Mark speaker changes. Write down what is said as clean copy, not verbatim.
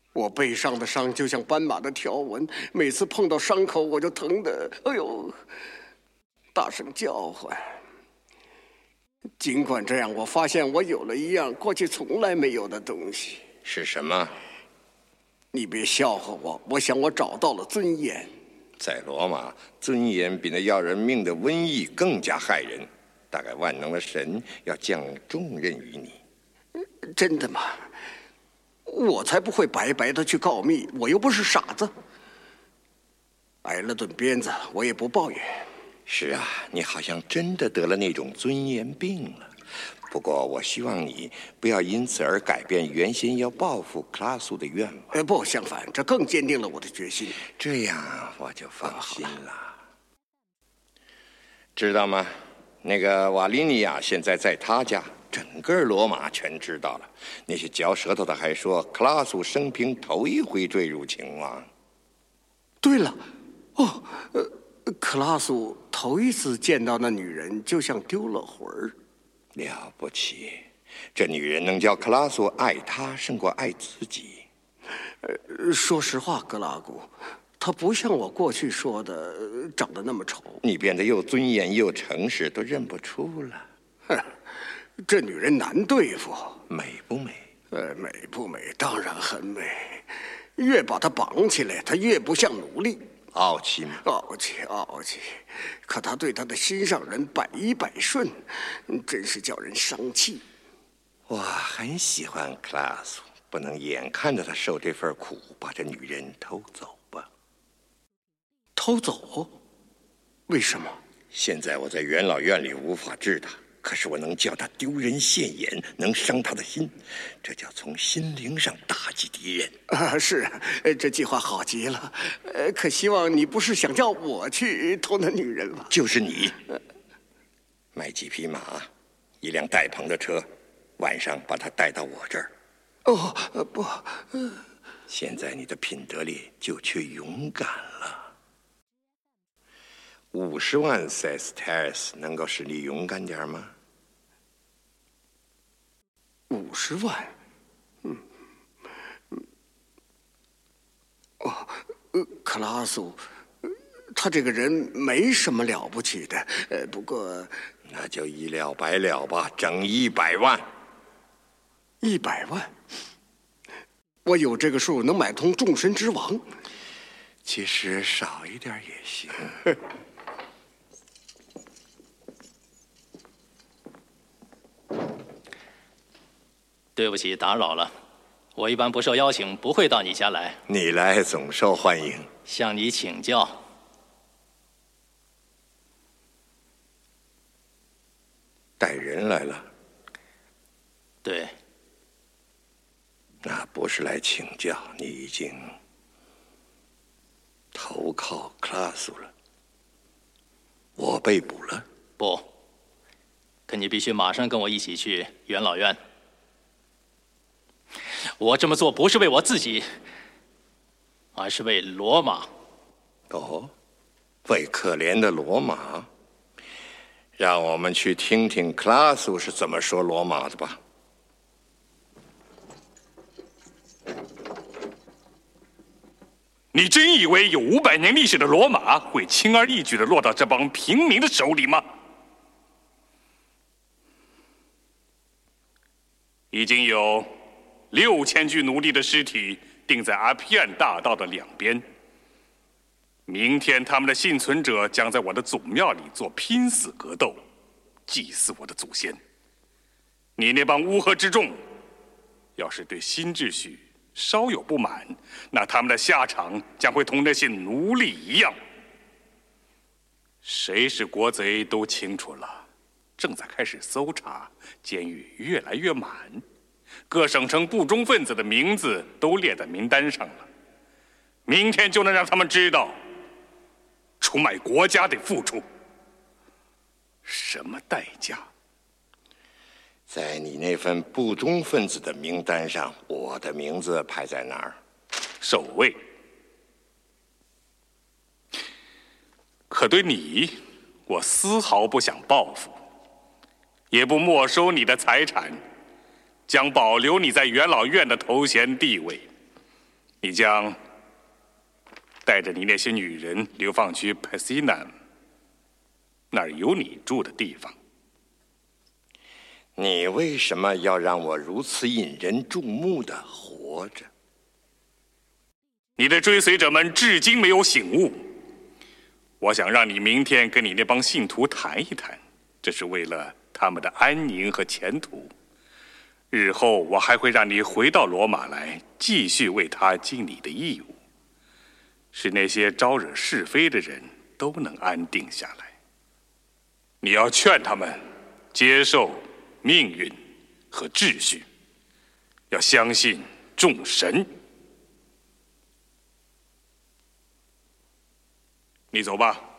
Speaker 1: 我背上的伤就像斑马的条纹，每次碰到伤口我就疼得，哎呦，大声叫唤。尽管这样，我发现我有了一样过去从来没有的东西。
Speaker 2: 是什么？
Speaker 1: 你别笑话我，我想我找到了尊严。
Speaker 2: 在罗马，尊严比那要人命的瘟疫更加害人。大概万能的神要降重任于你。
Speaker 1: 真的吗？我才不会白白的去告密，我又不是傻子。挨了顿鞭子，我也不抱怨。
Speaker 2: 是啊，你好像真的得了那种尊严病了。不过，我希望你不要因此而改变原先要报复克拉苏的愿望。
Speaker 1: 不，相反，这更坚定了我的决心。
Speaker 2: 这样我就放心了。知道吗？那个瓦利尼亚现在在他家，整个罗马全知道了。那些嚼舌头的还说，克拉苏生平头一回坠入情网。
Speaker 1: 对了，克拉苏头一次见到那女人，就像丢了魂儿。
Speaker 2: 了不起，这女人能叫克拉苏爱她胜过爱自己。
Speaker 1: 说实话，格拉古，她不像我过去说的长得那么丑。
Speaker 2: 你变得又尊严又诚实，都认不出了。
Speaker 1: 哼，这女人难对付。
Speaker 2: 美不美？
Speaker 1: 美不美？当然很美。越把她绑起来，她越不像奴隶。
Speaker 2: 傲气吗？
Speaker 1: 傲气，傲气。可她对她的心上人百依百顺，真是叫人伤气。
Speaker 2: 我很喜欢克拉苏，不能眼看着她受这份苦，把这女人偷走吧。
Speaker 1: 偷走？为什么？
Speaker 2: 现在我在元老院里无法治她，可是我能叫她丢人现眼，能伤她的心，这叫从心灵上打击敌人。
Speaker 1: 是，这计划好极了。可希望你不是想叫我去偷那女人吧？
Speaker 2: 就是你。买几匹马，一辆带棚的车，晚上把她带到我这儿。
Speaker 1: 不。
Speaker 2: 现在你的品德里就缺勇敢了。50万 sesterces 能够使你勇敢点吗
Speaker 1: ？50万，克拉苏，他这个人没什么了不起的，不过
Speaker 2: 那就一了百了吧，整100万。
Speaker 1: 100万，我有这个数，能买通众神之王。
Speaker 2: 其实少一点也行。
Speaker 3: 对不起，打扰了。我一般不受邀请，不会到你家来。
Speaker 2: 你来总受欢迎。
Speaker 3: 向你请教。
Speaker 2: 带人来了？
Speaker 3: 对。
Speaker 2: 那不是来请教，你已经投靠克拉苏了。我被捕了？
Speaker 3: 不。可你必须马上跟我一起去元老院。我这么做不是为我自己，而是为罗马。
Speaker 2: 哦，为可怜的罗马。让我们去听听克拉苏是怎么说罗马的吧。
Speaker 4: 你真以为有500年历史的罗马会轻而易举地落到这帮平民的手里吗？已经有6000具奴隶的尸体钉在阿皮安大道的2边。明天，他们的幸存者将在我的祖庙里做拼死格斗，祭祀我的祖先。你那帮乌合之众，要是对新秩序稍有不满，那他们的下场将会同那些奴隶一样。谁是国贼都清楚了，正在开始搜查，监狱越来越满，各省城不忠分子的名字都列在名单上了。明天就能让他们知道，出卖国家得付出什么代价。
Speaker 2: 在你那份不忠分子的名单上，我的名字排在哪儿？
Speaker 4: 首位。可对你，我丝毫不想报复，也不没收你的财产，将保留你在元老院的头衔地位。 你将带着你那些女人流放去帕西南，那儿有你住的地方。
Speaker 2: 你为什么要让我如此引人注目的活着？
Speaker 4: 你的追随者们至今没有醒悟。我想让你明天跟你那帮信徒谈一谈，这是为了他们的安宁和前途。日后我还会让你回到罗马来，继续为他尽你的义务，使那些招惹是非的人都能安定下来。你要劝他们接受命运和秩序，要相信众神。你走吧。